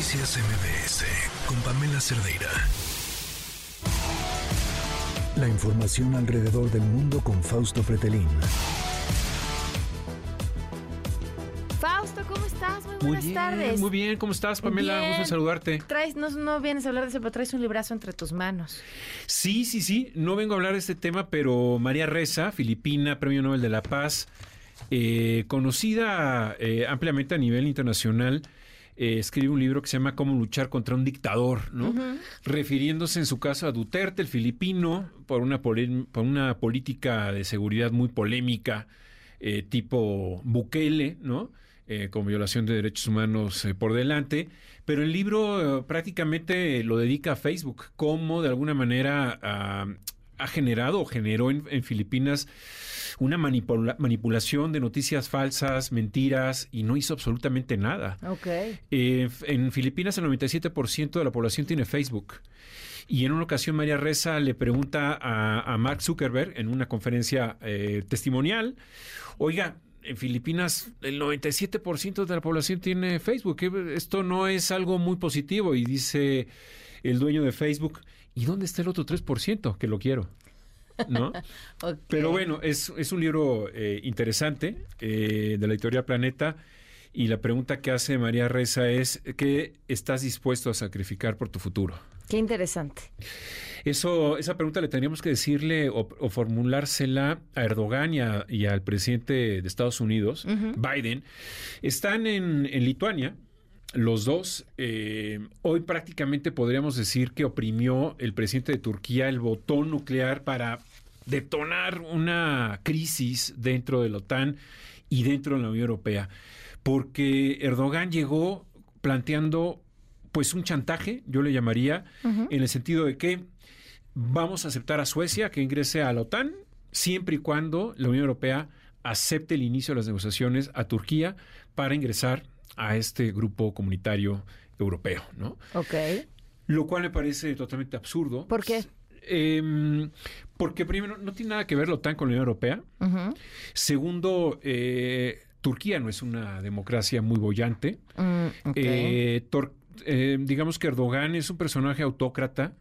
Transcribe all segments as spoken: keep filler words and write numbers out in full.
Noticias M B S con Pamela Cerdeira. La información alrededor del mundo con Fausto Pretelín. Fausto, ¿cómo estás? Muy buenas muy bien, tardes. Muy bien, ¿cómo estás, Pamela? Bien. Gusto en saludarte. Traes, no, no vienes a hablar de eso, pero traes un librazo entre tus manos. Sí, sí, sí, no vengo a hablar de este tema, pero María Ressa, filipina, Premio Nobel de la Paz, eh, conocida eh, ampliamente a nivel internacional, eh, escribe un libro que se llama Cómo luchar contra un dictador, ¿no? Uh-huh. Refiriéndose en su caso a Duterte, el filipino, por una, poli- por una política de seguridad muy polémica, eh, tipo Bukele, ¿no? Eh, con violación de derechos humanos eh, por delante, pero el libro eh, prácticamente lo dedica a Facebook, cómo de alguna manera uh, ha generado o generó en, en Filipinas una manipula- manipulación de noticias falsas, mentiras, y no hizo absolutamente nada. Okay. Eh, en Filipinas el noventa y siete por ciento de la población tiene Facebook. Y en una ocasión María Ressa le pregunta a, a Mark Zuckerberg en una conferencia eh, testimonial, oiga, en Filipinas el noventa y siete por ciento de la población tiene Facebook. Esto no es algo muy positivo. Y dice el dueño de Facebook, ¿y dónde está el otro tres por ciento que lo quiero? ¿No? Okay. Pero bueno, es, es un libro eh, interesante eh, de la editorial Planeta. Y la pregunta que hace María Ressa es, ¿qué estás dispuesto a sacrificar por tu futuro? Qué interesante. Eso, esa pregunta le tendríamos que decirle o, o formulársela a Erdogan y, a, y al presidente de Estados Unidos, uh-huh. Biden. Están en, en Lituania, los dos. Eh, hoy prácticamente podríamos decir que oprimió el presidente de Turquía el botón nuclear para detonar una crisis dentro de la OTAN y dentro de la Unión Europea. Porque Erdogan llegó planteando pues un chantaje, yo le llamaría, uh-huh. en el sentido de que vamos a aceptar a Suecia que ingrese a la OTAN siempre y cuando la Unión Europea acepte el inicio de las negociaciones a Turquía para ingresar a este grupo comunitario europeo, ¿no? Okay. Lo cual me parece totalmente absurdo. ¿Por qué? Eh, porque primero no tiene nada que ver la OTAN con la Unión Europea. Uh-huh. Segundo, eh, Turquía no es una democracia muy boyante. Mm, okay. eh, tor- eh, digamos que Erdogan es un personaje autócrata.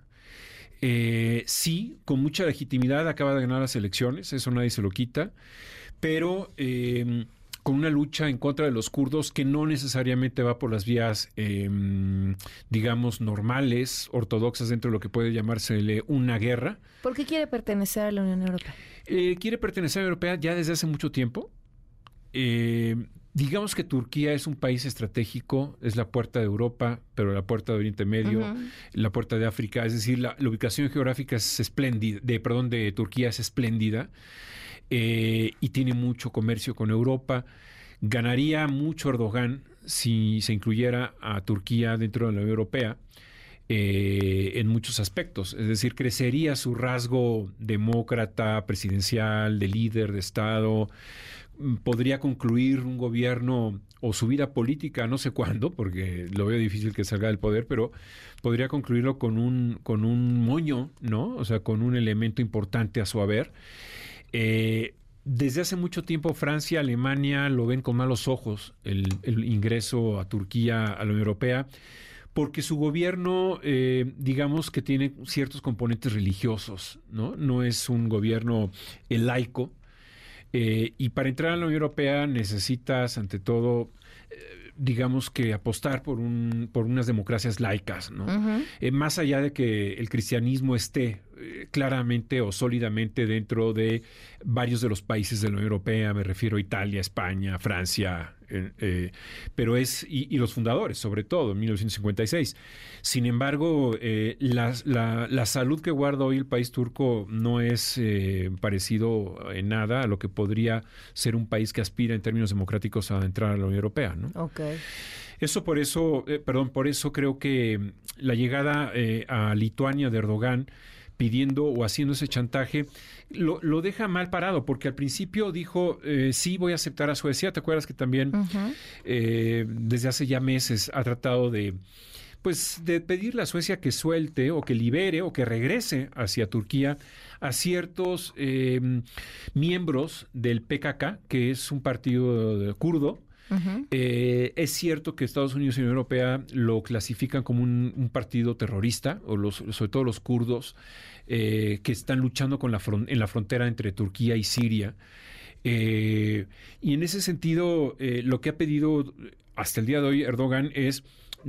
Eh, sí, con mucha legitimidad acaba de ganar las elecciones, eso nadie se lo quita, pero eh, con una lucha en contra de los kurdos que no necesariamente va por las vías, eh, digamos, normales, ortodoxas, dentro de lo que puede llamarse una guerra. ¿Por qué quiere pertenecer a la Unión Europea? Eh, quiere pertenecer a la Unión Europea ya desde hace mucho tiempo. Eh, digamos que Turquía es un país estratégico, es la puerta de Europa, pero la puerta de Oriente Medio, uh-huh. la puerta de África, es decir, la, la ubicación geográfica es espléndida, de, perdón, de Turquía es espléndida, eh, y tiene mucho comercio con Europa. Ganaría mucho Erdogan si se incluyera a Turquía dentro de la Unión Europea. Eh, en muchos aspectos, es decir, crecería su rasgo demócrata, presidencial, de líder de Estado, podría concluir un gobierno o su vida política, no sé cuándo, porque lo veo difícil que salga del poder, pero podría concluirlo con un, con un moño, ¿no? O sea, con un elemento importante a su haber. Eh, desde hace mucho tiempo Francia, Alemania lo ven con malos ojos el, el ingreso a Turquía a la Unión Europea, porque su gobierno, eh, digamos que tiene ciertos componentes religiosos, ¿no? No es un gobierno eh, laico, eh, y para entrar a la Unión Europea necesitas, ante todo, eh, digamos que apostar por un por unas democracias laicas, ¿no? Uh-huh. Eh, más allá de que el cristianismo esté eh, claramente o sólidamente dentro de varios de los países de la Unión Europea, me refiero a Italia, España, Francia, eh, eh, pero es, y, y los fundadores, sobre todo, en mil novecientos cincuenta y seis. Sin embargo, eh, la, la, la salud que guarda hoy el país turco no es eh, parecido en nada a lo que podría ser un país que aspira en términos democráticos a entrar a la Unión Europea, ¿no? Okay. Eso por eso, eh, perdón, por eso creo que la llegada eh, a Lituania de Erdogan pidiendo o haciendo ese chantaje, lo, lo deja mal parado, porque al principio dijo, eh, sí, voy a aceptar a Suecia. ¿Te acuerdas que también uh-huh. eh, desde hace ya meses ha tratado de, pues, de pedirle a Suecia que suelte o que libere o que regrese hacia Turquía a ciertos eh, miembros del P K K, que es un partido kurdo, Uh-huh. Eh, es cierto que Estados Unidos y la Unión Europea lo clasifican como un, un partido terrorista, o los, sobre todo los kurdos, eh, que están luchando con la front- en la frontera entre Turquía y Siria. Eh, y en ese sentido, eh, lo que ha pedido hasta el día de hoy Erdogan es: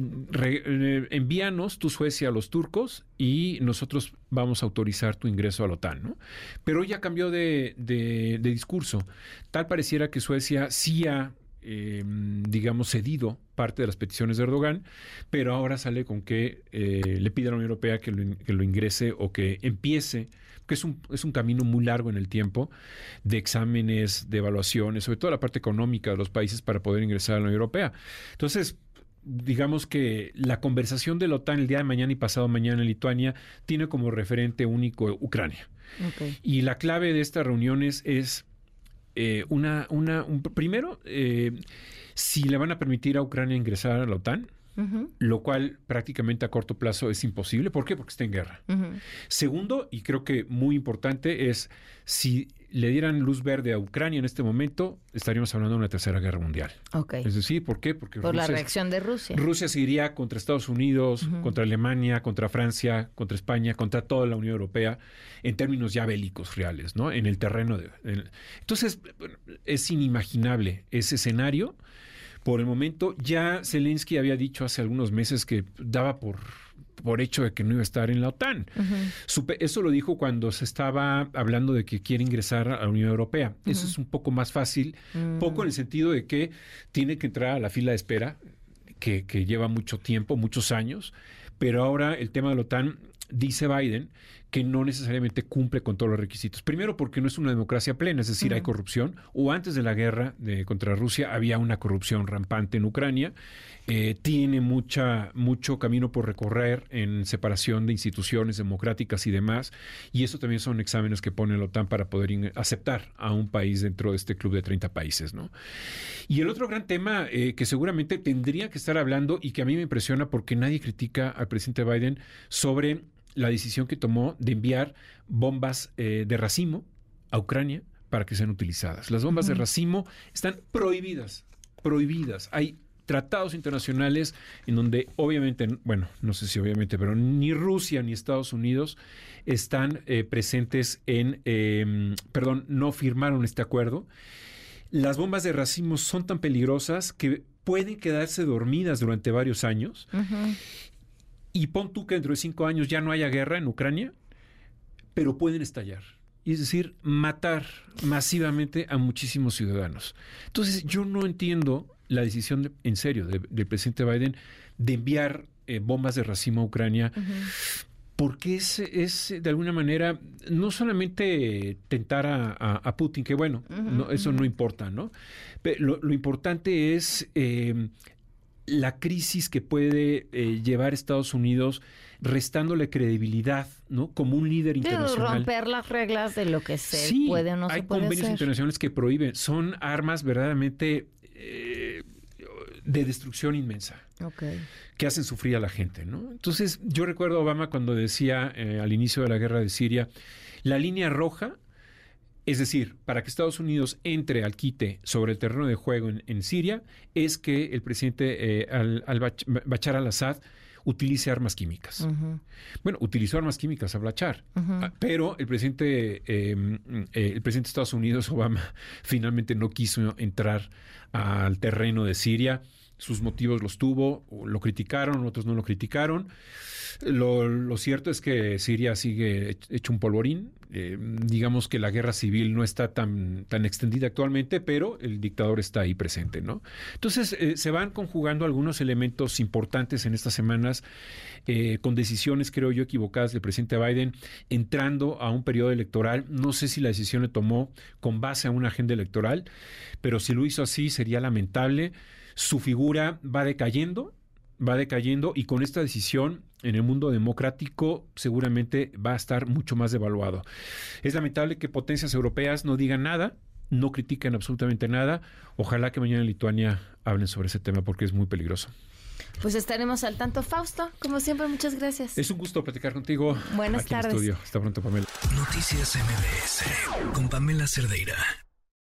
Re, eh, envíanos tu Suecia a los turcos y nosotros vamos a autorizar tu ingreso a la OTAN, ¿no? Pero ya cambió de, de, de discurso. Tal pareciera que Suecia sí ha, eh, digamos, cedido parte de las peticiones de Erdogan, pero ahora sale con que eh, le pide a la Unión Europea que lo, que lo ingrese o que empiece, que es un, es un camino muy largo en el tiempo de exámenes, de evaluaciones, sobre todo la parte económica de los países para poder ingresar a la Unión Europea. Entonces, digamos que la conversación de la OTAN el día de mañana y pasado mañana en Lituania tiene como referente único Ucrania. Okay. Y la clave de estas reuniones es eh, una, una un, primero, eh, si le van a permitir a Ucrania ingresar a la OTAN, uh-huh. lo cual prácticamente a corto plazo es imposible. ¿Por qué? Porque está en guerra. Uh-huh. Segundo, y creo que muy importante, es si le dieran luz verde a Ucrania en este momento, estaríamos hablando de una tercera guerra mundial. Okay. Es decir, ¿por qué? Porque por Rusia, la reacción de Rusia. Rusia se iría contra Estados Unidos, uh-huh. contra Alemania, contra Francia, contra España, contra toda la Unión Europea, en términos ya bélicos reales, ¿no? En el terreno de... En, entonces, es inimaginable ese escenario. Por el momento, ya Zelensky había dicho hace algunos meses que daba por, por hecho de que no iba a estar en la OTAN. Uh-huh. Supe, eso lo dijo cuando se estaba hablando de que quiere ingresar a la Unión Europea. Uh-huh. Eso es un poco más fácil, uh-huh. poco en el sentido de que tiene que entrar a la fila de espera, que, que lleva mucho tiempo, muchos años, pero ahora el tema de la OTAN, dice Biden, que no necesariamente cumple con todos los requisitos. Primero, porque no es una democracia plena, es decir, uh-huh. hay corrupción, o antes de la guerra de, contra Rusia había una corrupción rampante en Ucrania, eh, tiene mucha, mucho camino por recorrer en separación de instituciones democráticas y demás, y eso también son exámenes que pone la OTAN para poder in- aceptar a un país dentro de este club de treinta países, ¿no? Y el otro gran tema eh, que seguramente tendría que estar hablando y que a mí me impresiona porque nadie critica al presidente Biden sobre la decisión que tomó de enviar bombas eh, de racimo a Ucrania para que sean utilizadas. Las bombas uh-huh. de racimo están prohibidas, prohibidas. Hay tratados internacionales en donde obviamente, bueno, no sé si obviamente, pero ni Rusia ni Estados Unidos están eh, presentes en, eh, perdón, no firmaron este acuerdo. Las bombas de racimo son tan peligrosas que pueden quedarse dormidas durante varios años. Uh-huh. Y pon tú que dentro de cinco años ya no haya guerra en Ucrania, pero pueden estallar. Y es decir, matar masivamente a muchísimos ciudadanos. Entonces, yo no entiendo la decisión, de, en serio, de, del presidente Biden de enviar eh, bombas de racimo a Ucrania, uh-huh. porque es, es, de alguna manera, no solamente tentar a, a, a Putin, que bueno, uh-huh, no, eso uh-huh. no importa, ¿no? Pero lo, lo importante es... Eh, la crisis que puede eh, llevar Estados Unidos restándole credibilidad, ¿no? Como un líder Pero internacional. romper las reglas de lo que se sí, puede o no se puede hacer. hay convenios internacionales que prohíben. Son armas verdaderamente eh, de destrucción inmensa. Okay. Que hacen sufrir a la gente, ¿no? Entonces, yo recuerdo a Obama cuando decía eh, al inicio de la guerra de Siria, la línea roja, es decir, para que Estados Unidos entre al quite sobre el terreno de juego en, en Siria, es que el presidente eh, al, al Bach, Bachar al-Assad utilice armas químicas. Uh-huh. Bueno, utilizó armas químicas a Bachar, uh-huh. pero el presidente, eh, eh, el presidente de Estados Unidos, Obama, finalmente no quiso entrar al terreno de Siria. Sus motivos los tuvo, lo criticaron, otros no lo criticaron. Lo, lo cierto es que Siria sigue hecho un polvorín. Eh, digamos que la guerra civil no está tan, tan extendida actualmente, pero el dictador está ahí presente, ¿no? Entonces, eh, se van conjugando algunos elementos importantes en estas semanas, eh, con decisiones, creo yo, equivocadas del presidente Biden, entrando a un periodo electoral. No sé si la decisión le tomó con base a una agenda electoral, pero si lo hizo así, sería lamentable. Su figura va decayendo, va decayendo y con esta decisión en el mundo democrático seguramente va a estar mucho más devaluado. Es lamentable que potencias europeas no digan nada, no critiquen absolutamente nada. Ojalá que mañana en Lituania hablen sobre ese tema porque es muy peligroso. Pues estaremos al tanto. Fausto, como siempre, muchas gracias. Es un gusto platicar contigo. Buenas aquí tardes. En el estudio. Hasta pronto, Pamela. Noticias M B S con Pamela Cerdeira.